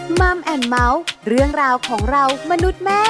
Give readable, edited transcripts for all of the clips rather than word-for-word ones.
มัมแอนด์เมาส์เรื่องราวของเรามนุษย์แม่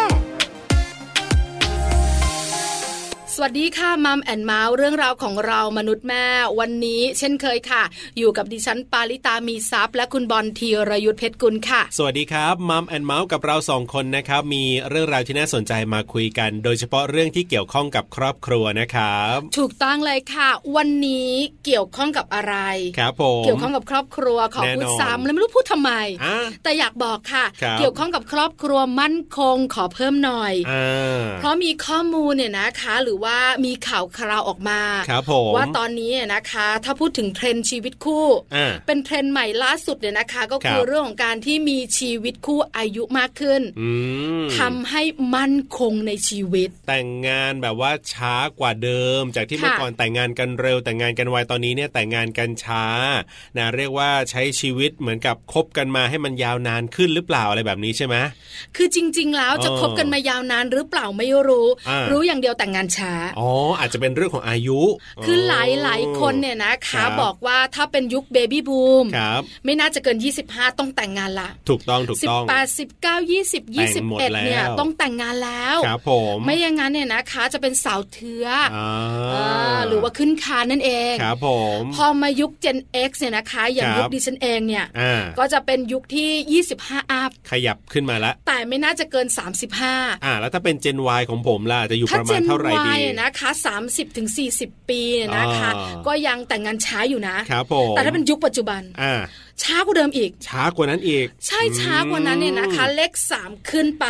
สวัสดีค่ะมัมแอนด์เมาส์เรื่องราวของเรามนุษย์แม่วันนี้เช่นเคยค่ะอยู่กับดิฉันปาริตามีทรัพย์และคุณบอลธีรยุทธเพชรกุลค่ะสวัสดีครับมัมแอนด์เมาส์กับเราสองคนนะครับมีเรื่องราวที่น่าสนใจมาคุยกันโดยเฉพาะเรื่องที่เกี่ยวข้องกับครอบครัวนะครับถูกต้องเลยค่ะวันนี้เกี่ยวข้องกับอะไรครับผมเกี่ยวข้องกับครอบครัวขอพูดซ้ำแล้วไม่รู้พูดทำไมแต่อยากบอกค่ะเกี่ยวข้องกับครอบครัวมั่นคงขอเพิ่มหน่อยเพราะมีข้อมูลเนี่ยนะคะหรือว่ามีข่าวคราวออกมาว่าตอนนี้นะคะถ้าพูดถึงเทรนด์ชีวิตคู่เป็นเทรนด์ใหม่ล่าสุดเนี่ยนะคะก็คือเรื่องของการที่มีชีวิตคู่อายุมากขึ้นทำให้มั่นคงในชีวิตแต่งงานแบบว่าช้ากว่าเดิมจากที่เมื่อก่อนแต่งงานกันเร็วแต่งงานกันไวตอนนี้เนี่ยแต่งงานกันช้านะเรียกว่าใช้ชีวิตเหมือนกับคบกันมาให้มันยาวนานขึ้นหรือเปล่าอะไรแบบนี้ใช่ไหมคือจริงๆแล้วจะคบกันมายาวนานหรือเปล่าไม่รู้อย่างเดียวแต่งงานช้าอาจจะเป็นเรื่องของอายุคือหลายคนเนี่ยนะคะบอกว่าถ้าเป็นยุคเบบี้บูมไม่น่าจะเกิน25ต้องแต่งงานละถูกต้อง 18 19 20 21เนี่ยต้องแต่งงานแล้วครับผมไม่อย่างนั้นเนี่ยนะคะจะเป็นสาวเทือหรือว่าขึ้นคานนั่นเองครับผมพอมายุค Gen X เนี่ยนะคะอย่างยุคดิฉันเองเนี่ยก็จะเป็นยุคที่25อัพขยับขึ้นมาแล้วแต่ไม่น่าจะเกิน35 แล้วถ้าเป็น Gen Y ของผมล่ะจะอยู่ประมาณเท่าไหร่ดีนะคะ30 ถึง 40 ปีนะคะก็ยังแต่งงานช้าอยู่นะครับผมแต่ถ้าเป็นยุคปัจจุบันช้ากว่าเดิมอีกช้ากว่านั้นอีกใช่ช้ากว่านั้นเนี่ยนะคะเลข3ขึ้นไป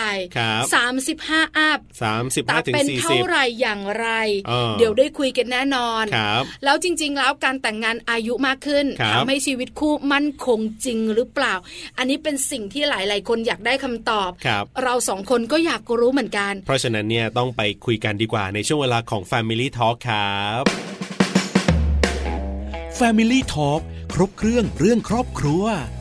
35อัพ 35ถึง40 เป็นเท่าไหร่อย่างไรเดี๋ยวได้คุยกันแน่นอนแล้วจริงๆแล้วการแต่งงานอายุมากขึ้นทำให้ชีวิตคู่มั่นคงจริงหรือเปล่าอันนี้เป็นสิ่งที่หลายๆคนอยากได้คำตอบเราสองคนก็อยากรู้เหมือนกันเพราะฉะนั้นเนี่ยต้องไปคุยกันดีกว่าในช่วงเวลาของ Family Talk ครับ Family Talk ครบเครื่องครอบครัว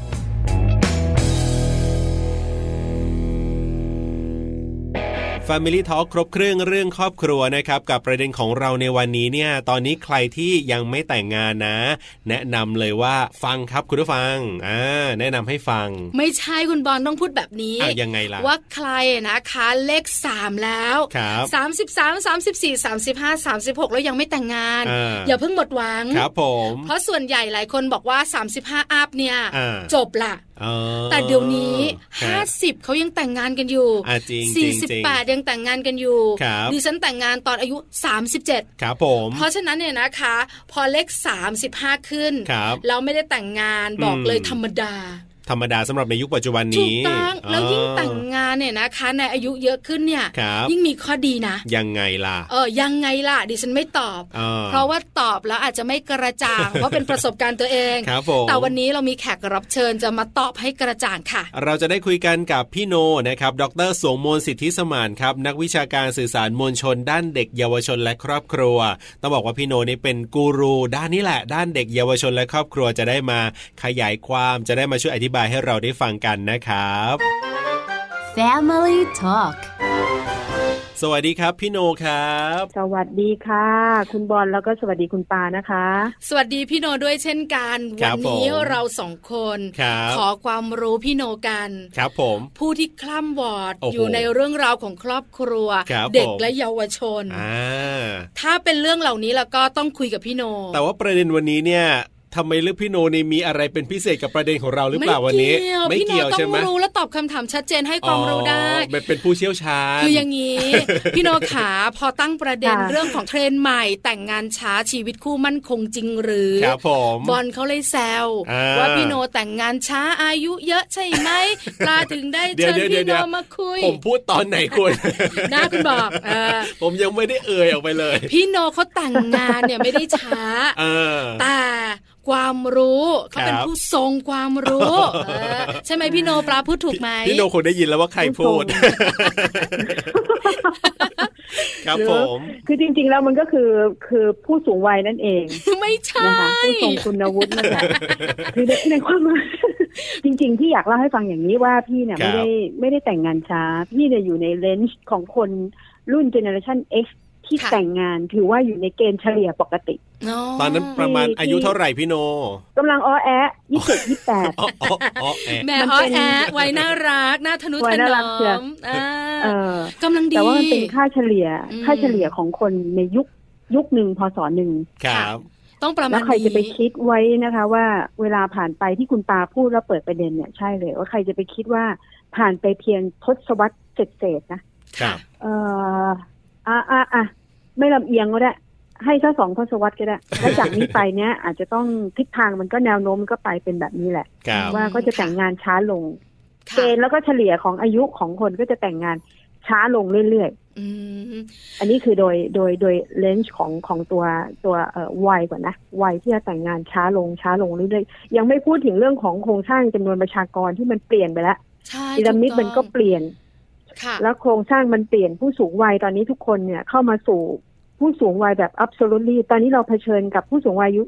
Family Talk ครบเครื่องครอบครัวนะครับกับประเด็นของเราในวันนี้เนี่ยตอนนี้ใครที่ยังไม่แต่งงานนะแนะนำเลยว่าฟังครับคุณผู้ฟังแนะนำให้ฟังไม่ใช่คุณบอลต้องพูดแบบนี้ยังไงล่ะว่าใครนะคะเลข3แล้ว33 34 35 36แล้วยังไม่แต่งงานอย่าเพิ่งหมดหวังครับผมเพราะส่วนใหญ่หลายคนบอกว่า35อัพเนี่ยจบละแต่เดี๋ยวนี้50เขายังแต่งงานกันอยู่48ยังแต่งงานกันอยู่ดิฉันแต่งงานตอนอายุ37 ครับผมเพราะฉะนั้นเนี่ยนะคะพอเลข35ขึ้นเราไม่ได้แต่งงานบอกเลยธรรมดาสำหรับในยุคปัจจุบันนี้ถูกต้องแล้วยิ่งแต่งงานเนี่ยนะคะในอายุเยอะขึ้นเนี่ยยิ่งมีข้อดีนะยังไงล่ะยังไงล่ะดิฉันไม่ตอบเพราะว่าตอบแล้วอาจจะไม่กระจ่าง เพราะเป็นประสบการณ์ตัวเองแต่วันนี้เรามีแขกรับเชิญจะมาตอบให้กระจ่างค่ะเราจะได้คุยกันกับพี่โนนะครับดร.สวงมนต์สิทธิสมานครับนักวิชาการสื่อสารมวลชนด้านเด็กเยาวชนและครอบครัวต้องบอกว่าพี่โนนี่เป็นกูรูด้านนี้แหละด้านเด็กเยาวชนและครอบครัวจะได้มาขยายความจะได้มาช่วยอธิบายให้เราได้ฟังกันนะครับ Family Talk สวัสดีครับพี่โนครับสวัสดีค่ะคุณบอลแล้วก็สวัสดีคุณปานะคะสวัสดีพี่โนด้วยเช่นกันวันนี้เราสองคนขอความรู้พี่โนกันครับผมผู้ที่คล่ำวอดอยู่ในเรื่องราวของครอบครัวเด็กและเยาวชนถ้าเป็นเรื่องเหล่านี้แล้วก็ต้องคุยกับพี่โนแต่ว่าประเด็นวันนี้เนี่ยทำไมเลือกพี่โนนี่มีอะไรเป็นพิเศษกับประเด็นของเราหรือเปล่าวันนี้ไม่เกี่ยวใช่ไหมพี่โนต้องรู้และตอบคำถามชัดเจนให้ความรู้ได้เป็นผู้เชี่ยวชาญคืออย่างนี้ พี่โนขาพอตั้งประเด็นเรื่องของเทรนด์ใหม่แต่งงานช้าชีวิตคู่มั่นคงจริงหรือครับผมบอลเขาเลยแซวว่าพี่โนแต่งงานช้าอายุเยอะใช่ไหมปลาถึงได้เชิญพี่โนมาคุยผมพูดตอนไหนคุณน่าคุณบอกผมยังไม่ได้เอ่ยออกไปเลยพี่โนเขาแต่งงานเนี่ยไม่ได้ช้าแต่ความรู้เขาเป็นผู้ทรงความรู้ใช่ไหมพี่โนปลาพูดถูกไหมพี่โนคงได้ยินแล้วว่าใครพูดครับผมคือจริงๆแล้วมันก็คือผู้สูงวัยนั่นเองไม่ใช่นะคะผู้ทรงคุณวุฒินั่นแหละคือในความหมายจริงๆที่อยากเล่าให้ฟังอย่างนี้ว่าพี่เนี่ยไม่ได้แต่งงานช้าพี่เนี่ยอยู่ในเรนจ์ของคนรุ่น Generation X ที่แต่งงานถือว่าอยู่ในเกณฑ์เฉลี่ยปกติตอนนั้นประมาณอายุเท่าไหร่พี่โนกำลังอ้อแอะ27-28 แม่อ้อแอะไว้น่ารักน่าทนุถนอมกำลังดีแต่ว่ามันเป็นค่าเฉลี่ยของคนในยุคหนึ่งพศหนึ่งครับต้องประมาณแล้วใครจะไปคิดไว้นะคะว่าเวลาผ่านไปที่คุณปาพูดแล้วเปิดประเด็นเนี่ยใช่เลยว่าใครจะไปคิดว่าผ่านไปเพียงทศวรรษเศษนะครับไม่ลำเอียงก็ได้ให้แค่2 ทศวรรษก็ได้แล้วจากนี้ไปเนี้ยอาจจะต้องทิศทางมันก็แนวโน้มมันก็ไปเป็นแบบนี้แหละว่าก็จะแต่งงานช้าลงเกณฑ์แล้วก็เฉลี่ยของอายุของคนก็จะแต่งงานช้าลงเรื่อยๆอันนี้คือโดยเลนส์ของตัววัยก่อนนะวัยที่จะแต่งงานช้าลงเรื่อยๆยังไม่พูดถึงเรื่องของโครงสร้างจำนวนประชากรที่มันเปลี่ยนไปแล้วพีระมิดมันก็เปลี่ยนแล้วโครงสร้างมันเปลี่ยนผู้สูงวัยตอนนี้ทุกคนเนี่ยเข้ามาสู่ผู้สูงวัยแบบ absolutely ตอนนี้เราเผชิญกับผู้สูงวัยอายุ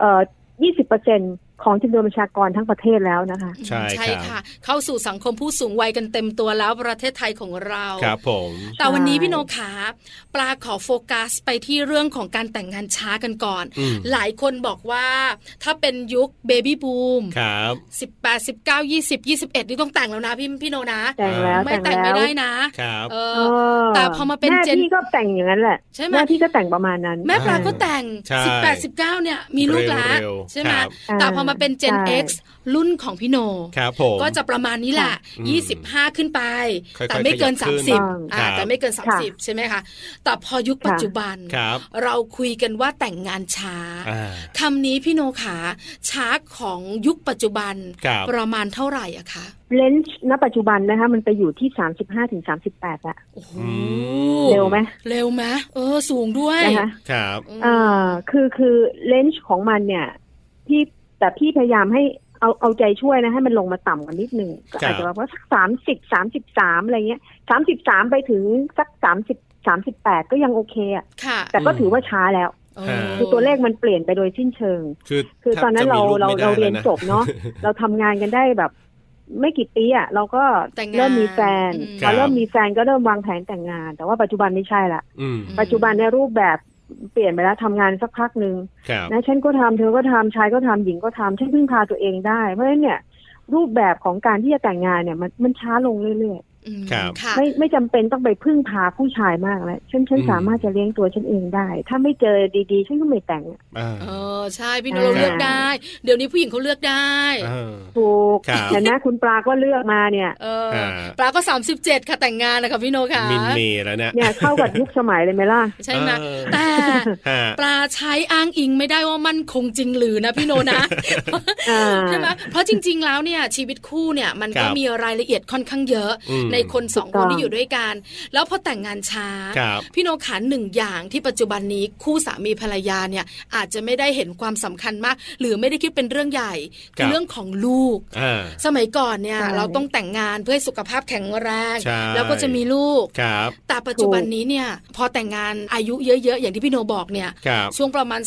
20% ของจำนวนประชากรทั้งประเทศแล้วนะคะใช่ค่ะเข้าสู่สังคมผู้สูงวัยกันเต็มตัวแล้วประเทศไทยของเราครับผมแต่วันนี้พี่โนขาปลาขอโฟกัสไปที่เรื่องของการแต่งงานช้ากันก่อนหลายคนบอกว่าถ้าเป็นยุคเบบี้บูมครับ 18 19 20 21นี่ต้องแต่งแล้วนะพี่โนนะแต่งแล้วไม่แต่งไม่ได้นะครับแต่พอมาเป็นเจนพี่ก็แต่งอย่างนั้นแหละใช่ไหมแม่พี่ก็แต่งประมาณนั้นแม่ปลาก็แต่ง18 19เนี่ยมีลูกแล้วใช่ไหมแต่พอมาเป็น Gen X รุ่นของพี่โนก็จะประมาณนี้แหละ25ขึ้นไปแต่ไม่เกิน30แต่ไม่เกิน30ใช่ไหมคะแต่พอยุคปัจจุบันเราคุยกันว่าแต่งงานช้าคำนี้พี่โนขาช้าของยุคปัจจุบันประมาณเท่าไหร่อะคะเลนส์ณปัจจุบันนะคะมันไปอยู่ที่35-38ละเร็วไหมสูงด้วยนะคะคือเลนส์ของมันเนี่ยพี่พยายามให้เอาใจช่วยนะให้มันลงมาต่ำกว่านิดนึงก็อาจจะว่าสัก33อะไรเงี้ย33ไปถึงสัก38ก็ยังโอเคอ่ะแต่ก็ถือว่าช้าแล้วคือตัวเลขมันเปลี่ยนไปโดยสิ้นเชิงคือตอนนั้นเราเรียนจบเนาะเราทำงานกันได้แบบไม่กี่ปีอ่ะเราก็เริ่มมีแฟนพอเริ่มมีแฟนก็เริ่มวางแผนแต่งงานแต่ว่าปัจจุบันไม่ใช่ละปัจจุบันในรูปแบบเปลี่ยนไปแล้วทำงานสักพักนึงนะฉันก็ทำเธอก็ทำชายก็ทำหญิงก็ทำฉันพึ่งพาตัวเองได้เพราะฉะนั้นเนี่ยรูปแบบของการที่จะแต่งงานเนี่ยมันช้าลงเรื่อยๆไม่จำเป็นต้องไปพึ่งพาผู้ชายมากแล้วฉันสามารถจะเลี้ยงตัวฉันเองได้ถ้าไม่เจอดีๆฉันก็ไม่แต่งใช่พี่โนเราเลือกได้เดี๋ยวนี้ผู้หญิงเขาเลือกได้ถูกแต่นะคุณปลาก็เลือกมาเนี่ยปลาก็37ค่ะแต่งงานนะคะพี่โนค่ะมินเมย์แล้วเนี่ยเข้ากับยุคสมัยเลยไหมล่ะใช่ไหมแต่ปลาใช้อ้างอิงไม่ได้ว่ามันคงจริงหรือนะพี่โนนะใช่ไหมเพราะจริงๆแล้วเนี่ยชีวิตคู่เนี่ยมันก็มีรายละเอียดค่อนข้างเยอะในคน2คนที่อยู่ด้วยกันแล้วพอแต่งงานช้าพี่โนขาหนึ่งอย่างที่ปัจจุบันนี้คู่สามีภรรยาเนี่ยอาจจะไม่ได้เห็นความสำคัญมากหรือไม่ได้คิดเป็นเรื่องใหญ่คือเรื่องของลูกสมัยก่อนเนี่ยเราต้องแต่งงานเพื่อให้สุขภาพแข็งแรงแล้วก็จะมีลูกแต่ปัจจุบันนี้เนี่ยพอแต่งงานอายุเยอะๆอย่างที่พี่โนบอกเนี่ยช่วงประมาณ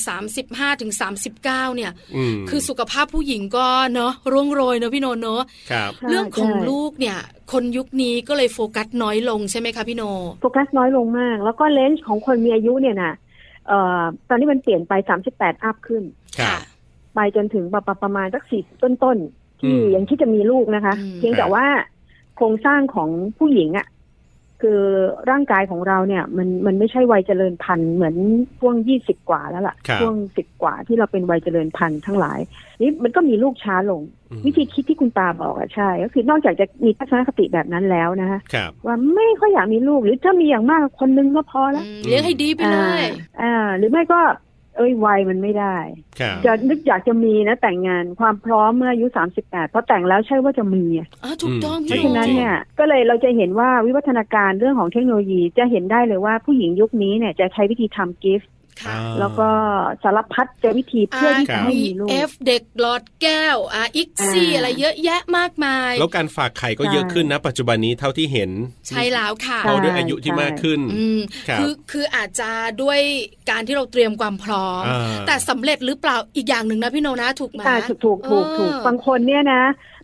35-39เนี่ยคือสุขภาพผู้หญิงก็เนาะร่วงโรยเนาะพี่โนเนาะเรื่องของลูกเนี่ยคนยุคนี้ก็เลยโฟกัสน้อยลงใช่ไหมคะพี่โนโฟกัสน้อยลงมากแล้วก็เลนส์ของคนมีอายุเนี่ยนะตอนนี้มันเปลี่ยนไป38อัพขึ้นไปจนถึงประมาณสัก40ต้นๆที่ยังคิดจะมีลูกนะคะเพียงแต่ว่าโครงสร้างของผู้หญิงอ่ะคือร่างกายของเราเนี่ยมันไม่ใช่วัยเจริญพันธุ์เหมือนช่วง20กว่าแล้วล่ะช่วง10กว่าที่เราเป็นวัยเจริญพันธุ์ทั้งหลายนี่มันก็มีลูกช้าลงวิธีคิดที่คุณตาบอกอะใช่ก็คือนอกจากจะมีทัศนคติแบบนั้นแล้วนะคะว่าไม่ค่อยอยากมีลูกหรือถ้ามีอย่างมากคนนึงก็พอแล้วเลี้ยงให้ดีไปเลยหรือไม่ก็วัยมันไม่ได้จะนึกอยากจะมีนะแต่งงานความพร้อมเมื่ออายุ38พอแต่งแล้วใช่ว่าจะมีถูกต้องเพราะฉะนั้นเนี่ยก็เลยเราจะเห็นว่าวิวัฒนาการเรื่องของเทคโนโลยีจะเห็นได้เลยว่าผู้หญิงยุคนี้เนี่ยจะใช้วิธีทำกิฟต์แล้วก็สารพัดจะวิธีเพื่อที่จะให้มีลูก F เด็กหลอดแก้วXC อะไรเยอะแยะมากมายแล้วการฝากไข่ก็เยอะขึ้นนะปัจจุบันนี้เท่าที่เห็นใช่แล้วค่ะเพราะด้วยอายุที่มากขึ้นคืออาจจะด้วยการที่เราเตรียมความพร้อมแต่สำเร็จหรือเปล่าอีกอย่างหนึ่งนะพี่โนนะถูกไหมถูกบางคนเนี่ยนะ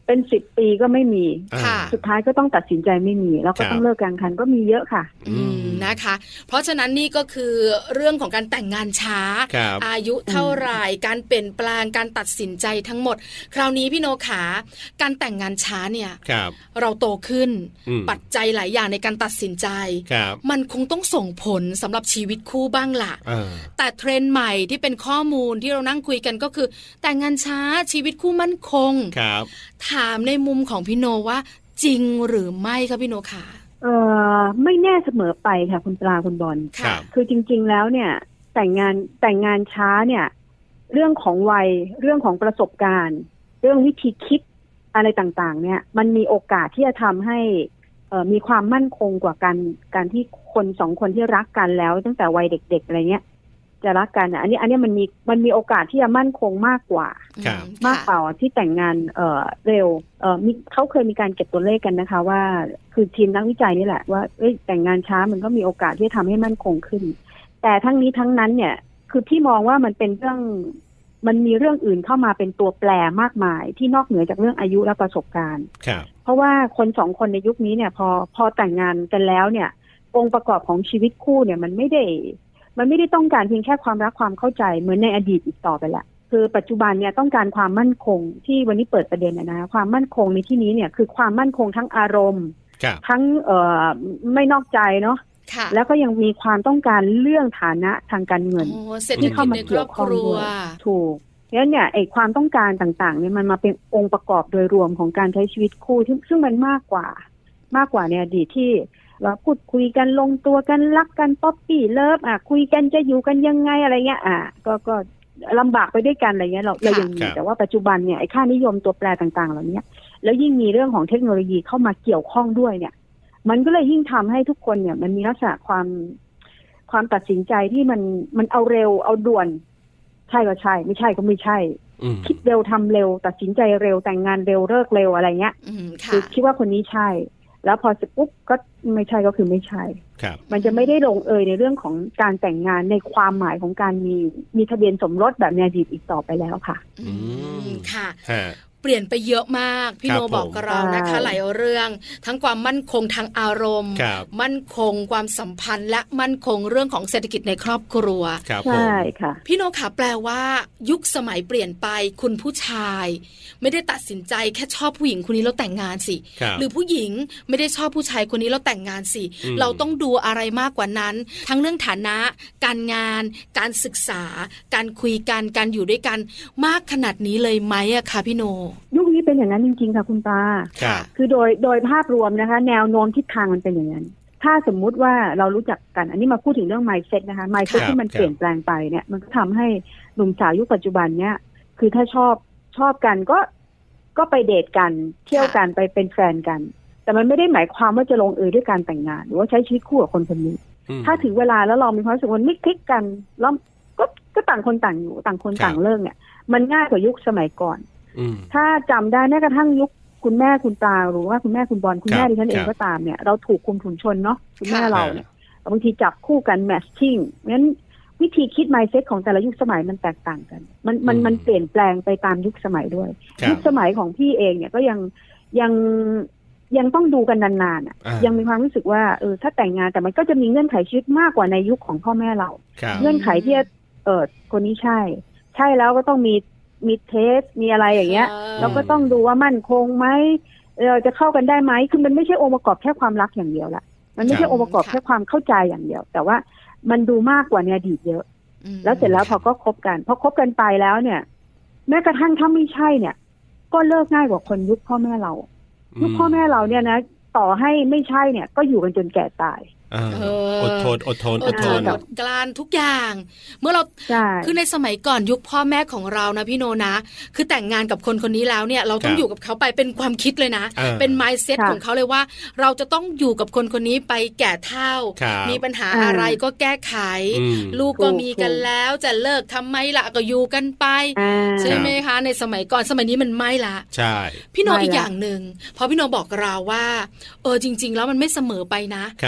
เป็น10 ปีก็ไม่มีค่ะสุดท้ายก็ต้องตัดสินใจไม่มีแล้วก็ต้องเลิกกลางคันก็มีเยอะค่ะนะคะเพราะฉะนั้นนี่ก็คือเรื่องของการแต่งงานช้าอายุเท่าไหร่การเปลี่ยนแปลงการตัดสินใจทั้งหมดคราวนี้พี่โนขาการแต่งงานช้าเนี่ยเราโตขึ้นปัจจัยหลายอย่างในการตัดสินใจมันคงต้องส่งผลสำหรับชีวิตคู่บ้างล่ะแต่เทรนด์ใหม่ที่เป็นข้อมูลที่เรานั่งคุยกันก็คือแต่งงานช้าชีวิตคู่มั่นคงถามในมุมของพี่โนว่าจริงหรือไม่คะพี่โนขาไม่แน่เสมอไปค่ะคุณปลาคุณบอลคือจริงๆแล้วเนี่ยแต่งงานช้าเนี่ยเรื่องของวัยเรื่องของประสบการณ์เรื่องวิธีคิดอะไรต่างๆเนี่ยมันมีโอกาสที่จะทำให้มีความมั่นคงกว่าการที่คนสองคนที่รักกันแล้วตั้งแต่วัยเด็กๆอะไรเงี้ยจะรักกันอันนี้มันมีโอกาสที่จะมั่นคงมากกว่าที่แต่งงานเร็วเขาเคยมีการเก็บตัวเลขกันนะคะว่าคือทีมนักวิจัยนี่แหละว่าแต่งงานช้ามันก็มีโอกาสที่จะทำให้มั่นคงขึ้นแต่ทั้งนี้ทั้งนั้นเนี่ยคือพี่มองว่ามันเป็นเรื่องมันมีเรื่องอื่นเข้ามาเป็นตัวแปรมากมายที่นอกเหนือจากเรื่องอายุและประสบการณ์เพราะว่าคนสองคนในยุคนี้เนี่ยพอแต่งงานกันแล้วเนี่ยองค์ประกอบของชีวิตคู่เนี่ยมันไม่ได้ต้องการเพียงแค่ความรักความเข้าใจเหมือนในอดีตอีกต่อไปละคือปัจจุบันเนี่ยต้องการความมั่นคงที่วันนี้เปิดประเด็นนะความมั่นคงในที่นี้เนี่ยคือความมั่นคงทั้งอารมณ์ทั้งไม่นอกใจเนาะแล้วก็ยังมีความต้องการเรื่องฐานะทางการเงินที่เข้ามาเกี่ยวข้องด้วยถูกแล้วเนี่ยไอ้ความต้องการต่างๆเนี่ยมันมาเป็นองค์ประกอบโดยรวมของการใช้ชีวิตคู่ซึ่งมันมากกว่าในอดีตที่เราพูดคุยกันลงตัวกันรักกันป๊อปปี้เลิฟคุยกันจะอยู่กันยังไงอะไรเงี้ยก็ลำบากไปด้วยกันอะไรเงี้ยเรายังมีแต่ว่าปัจจุบันเนี่ยไอ้ค่านิยมตัวแปรต่างๆเหล่านี้แล้วยิ่งมีเรื่องของเทคโนโลยีเข้ามาเกี่ยวข้องด้วยเนี่ยมันก็เลยยิ่งทำให้ทุกคนเนี่ยมันมีลักษณะความตัดสินใจที่มันเอาเร็วเอาด่วนใช่ก็ใช่ไม่ใช่ก็ไม่ใช่คิดเร็วทำเร็วตัดสินใจเร็วแต่งงานเร็วเลิกเร็วอะไรเงี้ยคือคิดว่าคนนี้ใช่แล้วพอเสร็จปุ๊บก็ไม่ใช่ก็คือไม่ใช่มันจะไม่ได้ลงเอยในเรื่องของการแต่งงานในความหมายของการมีทะเบียนสมรสแบบในอดีตอีกต่อไปแล้วค่ะค่ะเปลี่ยนไปเยอะมากพี่โนบอกกับเรานะคะหลายเรื่องทั้งความมั่นคงทางอารมณ์มั่นคงความสัมพันธ์และมั่นคงเรื่องของเศรษฐกิจในครอบครัวใช่ค่ะพี่โนค่ะแปลว่ายุคสมัยเปลี่ยนไปคุณผู้ชายไม่ได้ตัดสินใจแค่ชอบผู้หญิงคนนี้แล้วแต่งงานสิหรือผู้หญิงไม่ได้ชอบผู้ชายคนนี้แล้วแต่งงานสิเราต้องดูอะไรมากกว่านั้นทั้งเรื่องฐานะการงานการศึกษาการคุยกันการอยู่ด้วยกันมากขนาดนี้เลยไหมอะคะพี่โนยุคนี้เป็นอย่างนั้นจริงๆค่ะคุณปาคือโดยภาพรวมนะคะแนวโน้มทิศทางมันเป็นอย่างนั้นถ้าสมมุติว่าเรารู้จักกันอันนี้มาพูดถึงเรื่อง mindset นะคะ mindset ที่มันเปลี่ยนแปลงไปเนี่ยมันก็ทำให้หนุ่มสาวยุคปัจจุบันเนี่ยคือถ้าชอบกันก็ไปเดทกันเที่ยวกันไปเป็นแฟนกันแต่มันไม่ได้หมายความว่าจะลงเอยด้วยการแต่งงานหรือว่าใช้ชีวิตคู่กับคนคนนี้ถ้าถึงเวลาแล้วเรามีความรู้สึกว่าไม่คลิกกันแล้วก็ต่างคนต่างอยู่ต่างคนต่างเลิกเนี่ยมันง่ายกว่ายุคสมัยก่อนถ้าจำได้แม้กระทั่งยุคคุณแม่คุณตาหรือว่าคุณแม่คุณบอลคุณแม่ดิฉันเองก็ตามเนี่ยเราถูกคุมถุงชนเนาะคุณแม่เราเนี่ยบางทีจับคู่กันแมทชิ่งงั้นวิธีคิด mindset ของแต่ละยุคสมัยมันแตกต่างกันมันเปลี่ยนแปลงไปตามยุคสมัยด้วยยุคสมัยของพี่เองเนี่ยก็ยังต้องดูกันนานๆยังมีความรู้สึกว่าถ้าแต่งงานแต่มันก็จะมีเงื่อนไขชีวิตมากกว่าในยุคของพ่อแม่เราเงื่อนไขที่คนนี้ใช่แล้วก็ต้องมีเทสมีอะไรอย่างเงี้ยเราก็ต้องดูว่ามั่นคงไหมเราจะเข้ากันได้ไหมคือมันไม่ใช่องค์ประกอบแค่ความรักอย่างเดียวละมันไม่ใช่องค์ประกอบแค่ความเข้าใจอย่างเดียวแต่ว่ามันดูมากกว่าในอดีตเยอะแล้วเสร็จแล้วพอก็คบกันพอคบกันไปแล้วเนี่ยแม้กระทั่งถ้าไม่ใช่เนี่ยก็เลิกง่ายกว่าคนยุคพ่อแม่เรายุคพ่อแม่เราเนี่ยนะต่อให้ไม่ใช่เนี่ยก็อยู่กันจนแก่ตายอดทนกลานทุกอย่างเมื่อเราคือในสมัยก่อนยุคพ่อแม่ของเรานะพี่โนนะคือแต่งงานกับคนคนนี้แล้วเนี่ยเราต้องอยู่กับเขาไปเป็นความคิดเลยนะเป็น mindset ของเขาเลยว่าเราจะต้องอยู่กับคนคนนี้ไปแก่เฒ่ามีปัญหาอะไรก็แก้ไขลูกก็มีกันแล้วจะเลิกทำไมล่ะก็อยู่กันไปใช่ไหมคะในสมัยก่อนสมัยนี้มันไม่ละใช่พี่โนอีกอย่างนึงพอพี่โนบอกเราว่าจริงๆแล้วมันไม่เสมอไปนะปัจ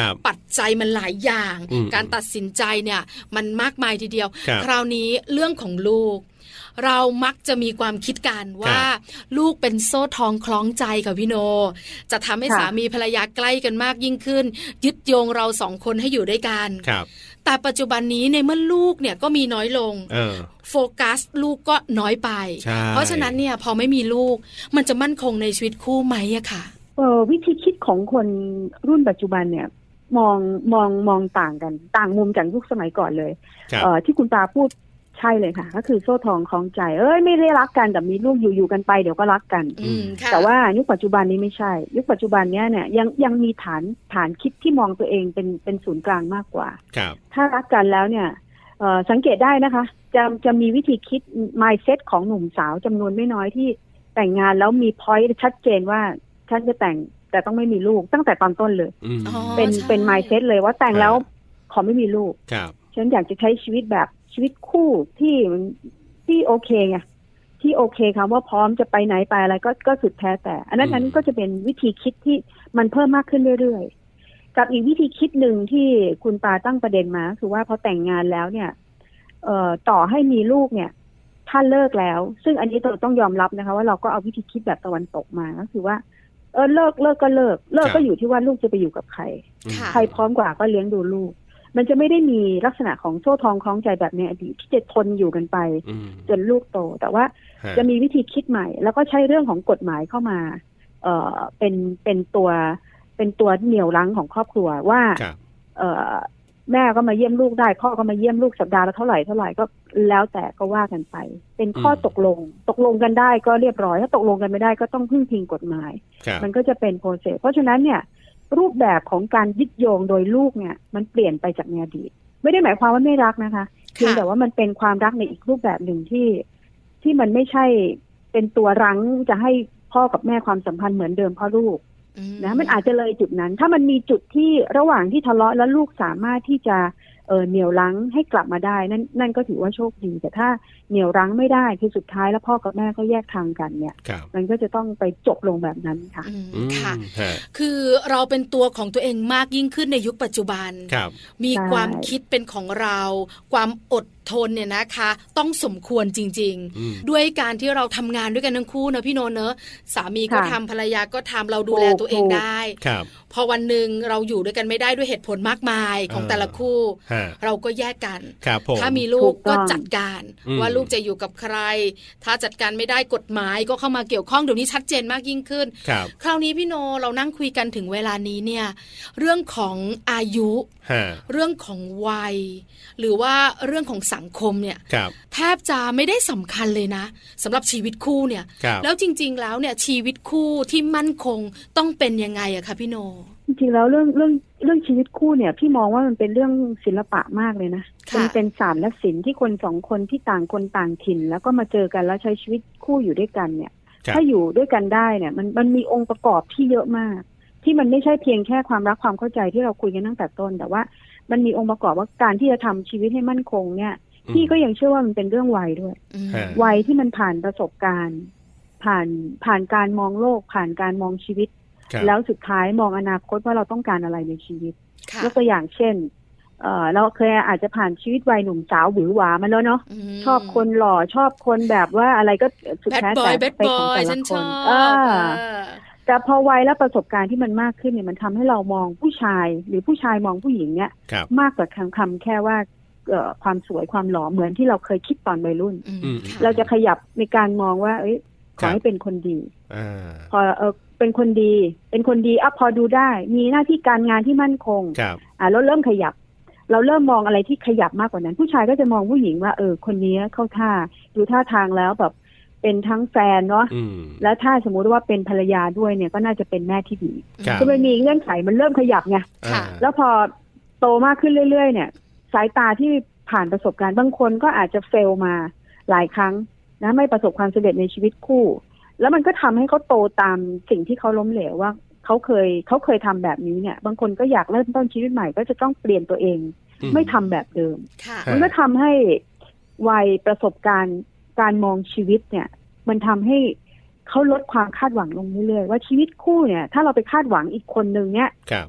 จัยมันหลายอย่างการตัดสินใจเนี่ยมันมากมายทีเดียวคราวนี้เรื่องของลูกเรามักจะมีความคิดกันว่าลูกเป็นโซ่ทองคล้องใจกับพี่โนจะทำให้สามีภรรยาใกล้กันมากยิ่งขึ้นยึดโยงเราสองคนให้อยู่ด้วยกันแต่ปัจจุบันนี้ในเมื่อลูกเนี่ยก็มีน้อยลงโฟกัสลูกก็น้อยไปเพราะฉะนั้นเนี่ยพอไม่มีลูกมันจะมั่นคงในชีวิตคู่ไหมอะค่ะวิธีคิดของคนรุ่นปัจจุบันเนี่ยมองต่างกันต่างมุมจากยุคสมัยก่อนเลยที่คุณตาพูดใช่เลยค่ะก็คือโซ่ทองคล้องใจไม่ได้รักกันแต่มีลูกอยู่กันไปเดี๋ยวก็รักกันแต่ว่ายุคปัจจุบันนี้ไม่ใช่ยุคปัจจุบันเนี้ยเนี่ยยังมีฐานคิดที่มองตัวเองเป็นศูนย์กลางมากกว่าถ้ารักกันแล้วเนี่ยสังเกตได้นะคะจะมีวิธีคิด mindset ของหนุ่มสาวจำนวนไม่น้อยที่แต่งงานแล้วมี point ชัดเจนว่าฉันจะแต่งแต่ต้องไม่มีลูกตั้งแต่ตอนต้นเลยเป็น mindset เลยว่าแต่งแล้วขอไม่มีลูกฉันอยากจะใช้ชีวิตแบบชีวิตคู่ที่โอเคไงที่โอเคค่ะว่าพร้อมจะไปไหนไปอะไรก็สุดแท้แต่อันนั้นก็จะเป็นวิธีคิดที่มันเพิ่มมากขึ้นเรื่อยๆกับอีกวิธีคิดหนึ่งที่คุณปาตั้งประเด็นมาคือว่าพอแต่งงานแล้วเนี่ยต่อให้มีลูกเนี่ยถ้าเลิกแล้วซึ่งอันนี้ต้องยอมรับนะคะว่าเราก็เอาวิธีคิดแบบตะวันตกมาก็คือว่าเลิกก็เลิกก็อยู่ที่ว่าลูกจะไปอยู่กับใครใครพร้อมกว่าก็เลี้ยงดูลูกมันจะไม่ได้มีลักษณะของโซ่ทองคล้องใจแบบในอดีตที่จะทนอยู่กันไปจนลูกโตแต่ว่าจะมีวิธีคิดใหม่แล้วก็ใช้เรื่องของกฎหมายเข้ามาเป็นตัวเหนี่ยวรั้งของครอบครัวว่าแม่ก็มาเยี่ยมลูกได้พ่อก็มาเยี่ยมลูกสัปดาห์ละเท่าไหร่ก็แล้วแต่ก็ว่ากันไปเป็นข้อตกลงกันได้ก็เรียบร้อยถ้าตกลงกันไม่ได้ก็ต้องพึ่งพิงกฎหมายมันก็จะเป็นโปรเซสเพราะฉะนั้นเนี่ยรูปแบบของการยึดโยงโดยลูกเนี่ยมันเปลี่ยนไปจากในอดีตไม่ได้หมายความว่าไม่รักนะคะเพียงแต่ว่ามันเป็นความรักในอีกรูปแบบหนึ่งที่มันไม่ใช่เป็นตัวรั้งจะให้พ่อกับแม่ความสัมพันธ์เหมือนเดิมพ่อลูกนะมันอาจจะเลยจุดนั้นถ้ามันมีจุดที่ระหว่างที่ทะเลาะแล้วลูกสามารถที่จะเหนี่ยวรั้งให้กลับมาได้นั่นก็ถือว่าโชคดีแต่ถ้าเหนี่ยวรั้งไม่ได้คือสุดท้ายแล้วพ่อกับแม่ก็แยกทางกันเนี่ยมันก็จะต้องไปจบลงแบบนั้นค่ะค่ะคือเราเป็นตัวของตัวเองมากยิ่งขึ้นในยุคปัจจุบันมีความคิดเป็นของเราความอดทนเนี่ยนะคะต้องสมควรจริงๆด้วยการที่เราทำงานด้วยกันทั้งคู่นะพี่โนเนอะสามีก็ทำภรรยาก็ทำเราดูแลตัวเองได้พอวันหนึ่งเราอยู่ด้วยกันไม่ได้ด้วยเหตุผลมากมายของแต่ละคู่เราก็แยกกันถ้ามีลูกก็จัดการว่าลูกจะอยู่กับใครถ้าจัดการไม่ได้กฎหมายก็เข้ามาเกี่ยวข้องเดี๋ยวนี้ชัดเจนมากยิ่งขึ้นคราวนี้พี่โนเรานั่งคุยกันถึงเวลานี้เนี่ยเรื่องของอายุเรื่องของวัยหรือว่าเรื่องของสังคมเนี่ยแทบจะไม่ได้สำคัญเลยนะสำหรับชีวิตคู่เนี่ยแล้วจริงๆแล้วเนี่ยชีวิตคู่ที่มั่นคงต้องเป็นยังไงอะคะพี่โนจริงๆแล้วเรื่องชีวิตคู่เนี่ยพี่มองว่ามันเป็นเรื่องศิลปะมากเลยนะมันเป็นศาสตร์และศิลป์ที่คนสองคนที่ต่างคนต่างถิ่นแล้วก็มาเจอกันแล้วใช้ชีวิตคู่อยู่ด้วยกันเนี่ยถ้าอยู่ด้วยกันได้เนี่ยมันมีองค์ประกอบที่เยอะมากที่มันไม่ใช่เพียงแค่ความรักความเข้าใจที่เราคุยกันตั้งแต่ต้นแต่ว่ามันมีองค์ประกอบว่าการที่จะทำชีวิตให้มั่นคงเนี่ยพี่ก็ยังเชื่อว่ามันเป็นเรื่องวัยด้วยวัยที่มันผ่านประสบการณ์ผ่านการมองโลกผ่านการมองชีวิตแล้วสุดท้ายมองอนาคตว่าเราต้องการอะไรในชีวิตยกตัวอย่างเช่นเราเคยอาจจะผ่านชีวิตวัยหนุ่มสาวหวือหวามาแล้วเนาะชอบคนหล่อชอบคนแบบว่าอะไรก็สุดแท้แต่ไปของแต่ละคนแต่พอวัยและประสบการณ์ที่มันมากขึ้นเนี่ยมันทำให้เรามองผู้ชายหรือผู้ชายมองผู้หญิงเนี่ยมากกว่าคำแค่ว่าความสวยความหล่อเหมือนที่เราเคยคิดตอนวัยรุ่นเราจะขยับในการมองว่าขอให้เป็นคนดีพอเป็นคนดีพอดูได้มีหน้าที่การงานที่มั่นคงเราเริ่มขยับเราเริ่มมองอะไรที่ขยับมากกว่านั้นผู้ชายก็จะมองผู้หญิงว่าคนนี้เข้าท่าดูท่าทางแล้วแบบเป็นทั้งแฟนเนาะแล้วถ้าสมมุติว่าเป็นภรรยาด้วยเนี่ยก็น่าจะเป็นแม่ที่ดีคือมันมีเงื่อนไขมันเริ่มขยับไงแล้วพอโตมากขึ้นเรื่อยๆเนี่ยสายตาที่ผ่านประสบการณ์บางคนก็อาจจะเฟลมาหลายครั้งนะไม่ประสบความสำเร็จในชีวิตคู่แล้วมันก็ทำให้เขาโตตามสิ่งที่เขาล้มเหลวว่าเขาเคยทำแบบนี้เนี่ยบางคนก็อยากเริ่มต้นชีวิตใหม่ก็จะต้องเปลี่ยนตัวเองไม่ทำแบบเดิมมันก็ทำให้วัยประสบการณ์การมองชีวิตเนี่ยมันทำให้เขาลดความคาดหวังลงเรื่อยๆว่าชีวิตคู่เนี่ยถ้าเราไปคาดหวังอีกคนนึงเนี่ยสุ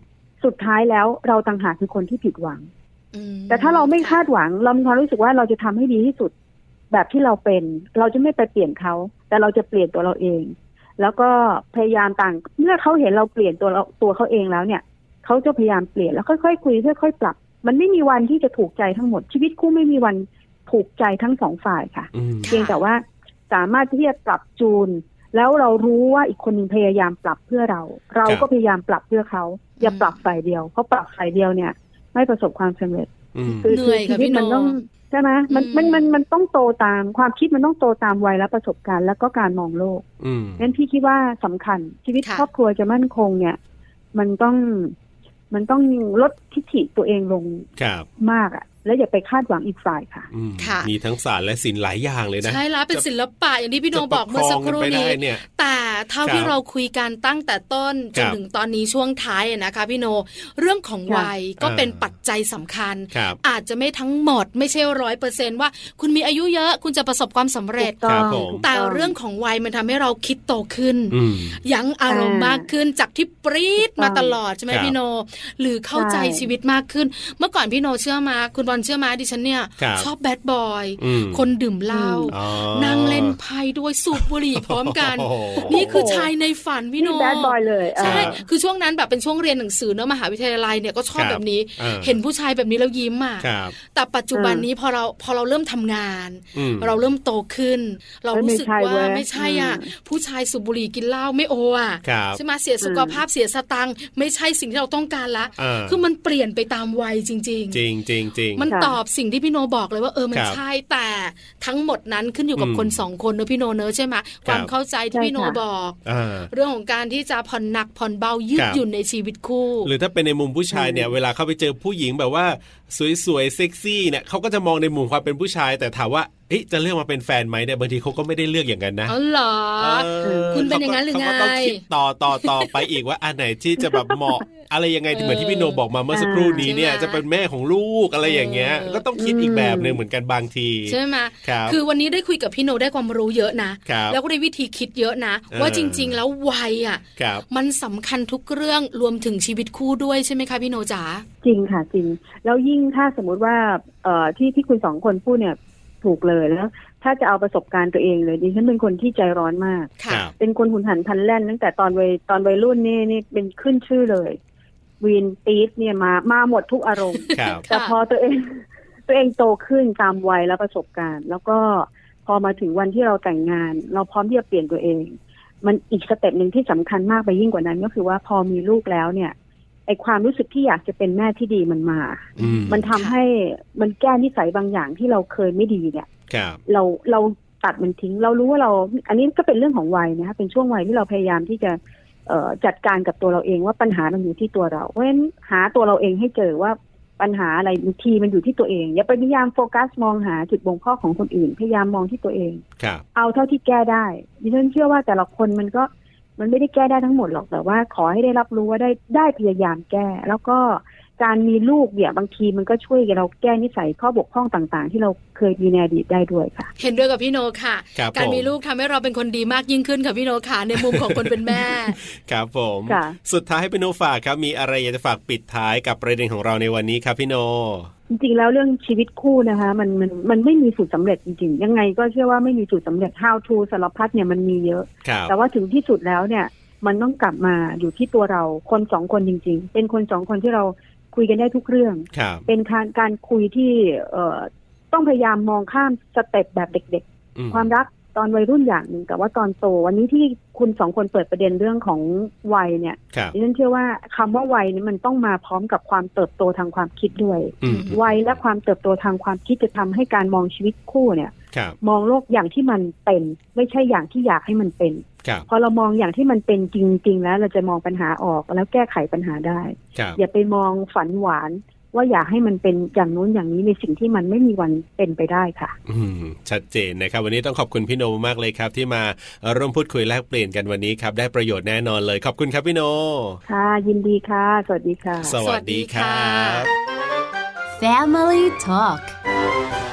สุดท้ายแล้วเราต่างหากคือคนที่ผิดหวังแต่ถ้าเราไม่คาดหวังเรามีความรู้สึกว่าเราจะทำให้ดีที่สุดแบบที่เราเป็นเราจะไม่ไปเปลี่ยนเขาแต่เราจะเปลี่ยนตัวเราเองแล้วก็พยายามเมื่อเขาเห็นเราเปลี่ยนตัวเขาเองแล้วเนี่ยเขาจะพยายามเปลี่ยนแล้วค่อยๆคุยค่อยๆปรับมันไม่มีวันที่จะถูกใจทั้งหมดชีวิตคู่ไม่มีวันถูกใจทั้งสองฝ่ายค่ะเพียงแต่ว่าสามารถที่จะปรับจูนแล้วเรารู้ว่าอีกคนนึงพยายามปรับเพื่อเราก็พยายามปรับเพื่อเขาอย่าปรับฝ่ายเดียวเพราะปรับฝ่ายเดียวเนี่ยไม่ประสบความสำเร็จคือชีวิตมันต้องใช่ไหมมันต้องโตตามความคิดมันต้องโตตามวัยและประสบการณ์แล้วก็การมองโลกงั้นพี่คิดว่าสำคัญชีวิตครอบครัวจะมั่นคงเนี่ยมันต้องลดทิฐิตัวเองลงมากอ่ะแล้วอย่าไปคาดหวังอีกฝ่ายค่ะมีทั้งศาสตร์และศิลป์หลายอย่างเลยนะใช่แล้วเป็นศิลปะอย่างที่พี่โนบอกเมื่อสักครู่นี้แต่เท่าที่เราคุยกันตั้งแต่ต้นจนถึงตอนนี้ช่วงท้ายนะคะพี่โนเรื่องของวัยก็เป็นปัจจัยสำคัญอาจจะไม่ทั้งหมดไม่ใช่ 100% ว่าคุณมีอายุเยอะคุณจะประสบความสำเร็จแต่เรื่องของวัยมันทำให้เราคิดโตขึ้นยั้งอารมณ์มากขึ้นจากที่ปรี๊ดมาตลอดใช่ไหมพี่โนหรือเข้าใจชีวิตมากขึ้นเมื่อก่อนพี่โนเชื่อมาคุณบอลเชื่อมาดิฉันเนี่ยชอบแบดบอยคนดื่มเหล้านั่งเล่นไพ่ด้วยสูบบุหรี่พร้อมกันนี่คือชายในฝันพี่โนแบดบอยเลยใช่คือช่วงนั้นแบบเป็นช่วงเรียนหนังสือเนอะมหาวิทยาลัยเนี่ยก็ชอบแบบนี้เห็นผู้ชายแบบนี้แล้วยิ้มอ่ะแต่ปัจจุบันนี้พอเราเริ่มทำงานเราเริ่มโตขึ้นเรารู้สึกว่าไม่ใช่อ่ะผู้ชายสูบบุหรี่กินเหล้าไม่โออ่ะใช่ไหมเสียสุขภาพเสียสตังค์ไม่ใช่สิ่งที่เราต้องการละคือมันเปลี่ยนไปตามวัยจริงๆมันตอบสิ่งที่พี่โนบอกเลยว่ามันใช่แต่ทั้งหมดนั้นขึ้นอยู่กับคนสองคนเนอะพี่โนเนอะใช่ไหมความเข้าใจที่พี่โนบอกเรื่องของการที่จะผ่อนหนักผ่อนเบายืดหยุ่นในชีวิตคู่หรือถ้าเป็นในมุมผู้ชายเนี่ยเวลาเข้าไปเจอผู้หญิงแบบว่าสวยๆเซ็กซี่เนี่ยเขาก็จะมองในมุมความเป็นผู้ชายแต่ถามว่าจะเลือกมาเป็นแฟนไหมเนี่ยบางทีเขาก็ไม่ได้เลือกอย่างนั้นนะอ๋อเหรอคุณเป็นอย่างนั้นหรือไงเขาก็ต้องคิดต่อไปอีกว่าอันไหนที่จะแบบเหมาะอะไรยังไงเหมือนที่พี่โนบอกมาเมื่อสักครู่นี้เนี่ยจะเป็นแม่ของลูกอะไรอย่างเงี้ยก็ต้องคิดอีกแบบนึงเหมือนกันบางทีใช่ไหมคือวันนี้ได้คุยกับพี่โนได้ความรู้เยอะนะแล้วก็ได้วิธีคิดเยอะนะว่าจริงๆแล้ววัยอ่ะมันสำคัญทุกเรื่องรวมถึงชีวิตคู่ด้วยใช่ไหมคะพี่โนจ๋าจริงค่ะจริงแล้วยิ่งถ้าสมมติว่าที่คุณสองคนพูดเนี่ยถูกเลยแล้วถ้าจะเอาประสบการณ์ตัวเองเลยดิฉันเป็นคนที่ใจร้อนมากเป็นคนหุนหันพลันแล่นตั้งแต่ตอนวัยรุ่นนี่เป็นขึ้นชื่อเลยวีนตีสเนี่ยมาหมดทุกอารมณ์แต่พอตัวเองโตขึ้นตามวัยและประสบการณ์แล้วก็พอมาถึงวันที่เราแต่งงานเราพร้อมที่จะเปลี่ยนตัวเองมันอีกสเต็ปนึงที่สำคัญมากไปยิ่งกว่านั้นก็คือว่าพอมีลูกแล้วเนี่ยไอความรู้สึกที่อยากจะเป็นแม่ที่ดีมันทำให้มันแก้นิสัยบางอย่างที่เราเคยไม่ดีเนี่ยเราตัดมันทิ้งเรารู้ว่าอันนี้ก็เป็นเรื่องของวัยนะคะเป็นช่วงวัยที่เราพยายามที่จะจัดการกับตัวเราเองว่าปัญหามันอยู่ที่ตัวเราเพราะฉะนั้นหาตัวเราเองให้เจอว่าปัญหาอะไรบางทีมันอยู่ที่ตัวเองอย่าไปพยายามโฟกัสมองหาจุดบกพร่องของคนอื่นพยายามมองที่ตัวเองเอาเท่าที่แก้ได้ดิฉันเชื่อว่าแต่ละคนมันไม่ได้แก้ได้ทั้งหมดหรอกแต่ว่าขอให้ได้รับรู้ว่าได้พยายามแก้แล้วก็การมีลูกเนี่ยบางทีมันก็ช่วยเราแก้นิสัยข้อบกพร่องต่างๆที่เราเคยมีในอดีตได้ด้วยค่ะเห็นด้วยกับพี่โนค่ะการมีลูกทำให้เราเป็นคนดีมากยิ่งขึ้นค่ะพี่โนค่ะในมุมของคนเป็นแม่ครับผมสุดท้ายให้พี่โนฝากครับมีอะไรอยากจะฝากปิดท้ายกับประเด็นของเราในวันนี้ครับพี่โนจริงๆแล้วเรื่องชีวิตคู่นะคะมันไม่มีสูตรสำเร็จจริงๆยังไงก็เชื่อว่าไม่มีสูตรสำเร็จ how to สารพัดเนี่ยมันมีเยอะแต่ว่าถึงที่สุดแล้วเนี่ยมันต้องกลับมาอยู่ที่ตัวเราคนสองคนจริงๆเป็นคนสองคนที่เราคุยกันได้ทุกเรื่องเป็นการคุยที่ต้องพยายามมองข้ามสเต็ปแบบเด็กๆความรักตอนวัยรุ่นอย่างหนึ่งแต่ว่าตอนโตวันนี้ที่คุณสองคนเปิดประเด็นเรื่องของวัยเนี่ยดิฉันเชื่อว่าคำว่าวัยนี้มันต้องมาพร้อมกับความเติบโตทางความคิดด้วยวัยและความเติบโตทางความคิดจะทำให้การมองชีวิตคู่เนี่ยมองโลกอย่างที่มันเป็นไม่ใช่อย่างที่อยากให้มันเป็นพอเรามองอย่างที่มันเป็นจริงๆแล้วเราจะมองปัญหาออกแล้วแก้ไขปัญหาได้อย่าไปมองฝันหวานว่าอยากให้มันเป็นอย่างนู้นอย่างนี้ในสิ่งที่มันไม่มีวันเป็นไปได้ค่ะชัดเจนนะครับวันนี้ต้องขอบคุณพี่โนมากเลยครับที่มาร่วมพูดคุยแลกเปลี่ยนกันวันนี้ครับได้ประโยชน์แน่นอนเลยขอบคุณครับพี่โนค่ะยินดีค่ะสวัสดีค่ะสวัสดีครับ Family Talk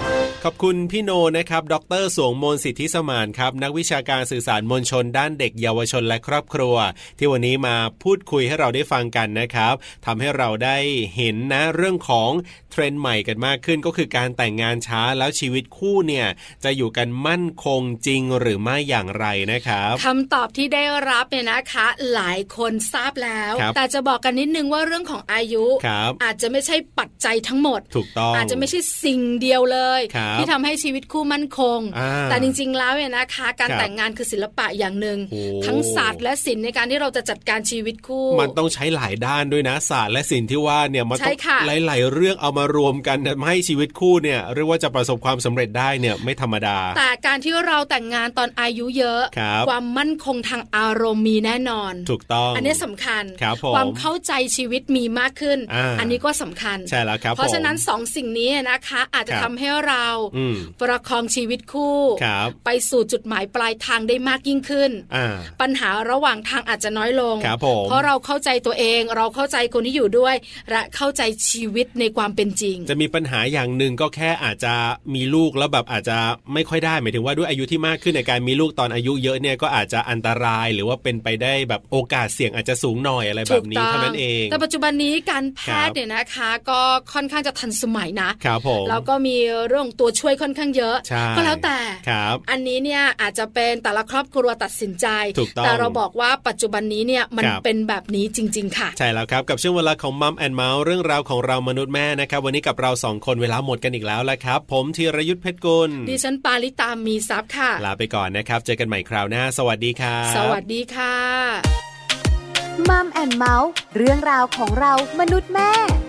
ขอบคุณพี่โนนะครับดร.สวงมนต์สิทธิสมานครับนักวิชาการสื่อสารมวลชนด้านเด็กเยาวชนและครอบครัวที่วันนี้มาพูดคุยให้เราได้ฟังกันนะครับทำให้เราได้เห็นนะเรื่องของเทรนด์ใหม่กันมากขึ้นก็คือการแต่งงานช้าแล้วชีวิตคู่เนี่ยจะอยู่กันมั่นคงจริงหรือไม่อย่างไรนะครับคำตอบที่ได้รับเนี่ยนะคะหลายคนทราบแล้วแต่จะบอกกันนิดนึงว่าเรื่องของอายุอาจจะไม่ใช่ปัจจัยทั้งหมดถูกต้องอาจจะไม่ใช่สิ่งเดียวเลยที่ทำให้ชีวิตคู่มั่นคงแต่จริงๆแล้วเนี่ยนะคะการแต่งงานคือศิลปะอย่างหนึ่งทั้งศาสตร์และศิลป์ในการที่เราจะจัดการชีวิตคู่มันต้องใช้หลายด้านด้วยนะศาสตร์และศิลป์ที่ว่าเนี่ยมันต้องหลายๆเรื่องเอามารวมกันทำให้ชีวิตคู่เนี่ยเรียกว่าจะประสบความสำเร็จได้เนี่ยไม่ธรรมดาแต่การที่เราแต่งงานตอนอายุเยอะความมั่นคงทางอารมณ์มีแน่นอนถูกต้องอันนี้สำคัญความเข้าใจชีวิตมีมากขึ้นอันนี้ก็สำคัญใช่แล้วครับเพราะฉะนั้น2สิ่งนี้นะคะอาจจะทำให้เราประคองชีวิตคู่ไปสู่จุดหมายปลายทางได้มากยิ่งขึ้นปัญหาระหว่างทางอาจจะน้อยลงเพราะเราเข้าใจตัวเองเราเข้าใจคนที่อยู่ด้วยและเข้าใจชีวิตในความเป็นจริงจะมีปัญหาอย่างหนึ่งก็แค่อาจจะมีลูกแล้วแบบอาจจะไม่ค่อยได้หมายถึงว่าด้วยอายุที่มากขึ้นในการมีลูกตอนอายุเยอะเนี่ยก็อาจจะอันตรายหรือว่าเป็นไปได้แบบโอกาสเสี่ยงอาจจะสูงหน่อยอะไรแบบนี้เท่านั้นเองแต่ปัจจุบันนี้การแพทย์เนี่ยนะคะก็ค่อนข้างจะทันสมัยนะครับผมแล้วก็มีเรื่องตัวช่วยค่อนข้างเยอะก็แล้วแต่อันนี้เนี่ยอาจจะเป็นแต่ละครอบครัวตัดสินใจแต่เราบอกว่าปัจจุบันนี้เนี่ยมันเป็นแบบนี้จริงๆค่ะใช่แล้วครับกับช่วงเวลาของมัมแอนด์เมาส์เรื่องราวของเรามนุษย์แม่นะครับวันนี้กับเรา2คนเวลาหมดกันอีกแล้วละครับผมธีรยุทธเพชรกุลดิฉันปาริตามีทรัพย์ค่ะลาไปก่อนนะครับเจอกันใหม่คราวหน้าสวัสดีครับสวัสดีค่ะมัมแอนด์เมาส์เรื่องราวของเรามนุษย์แม่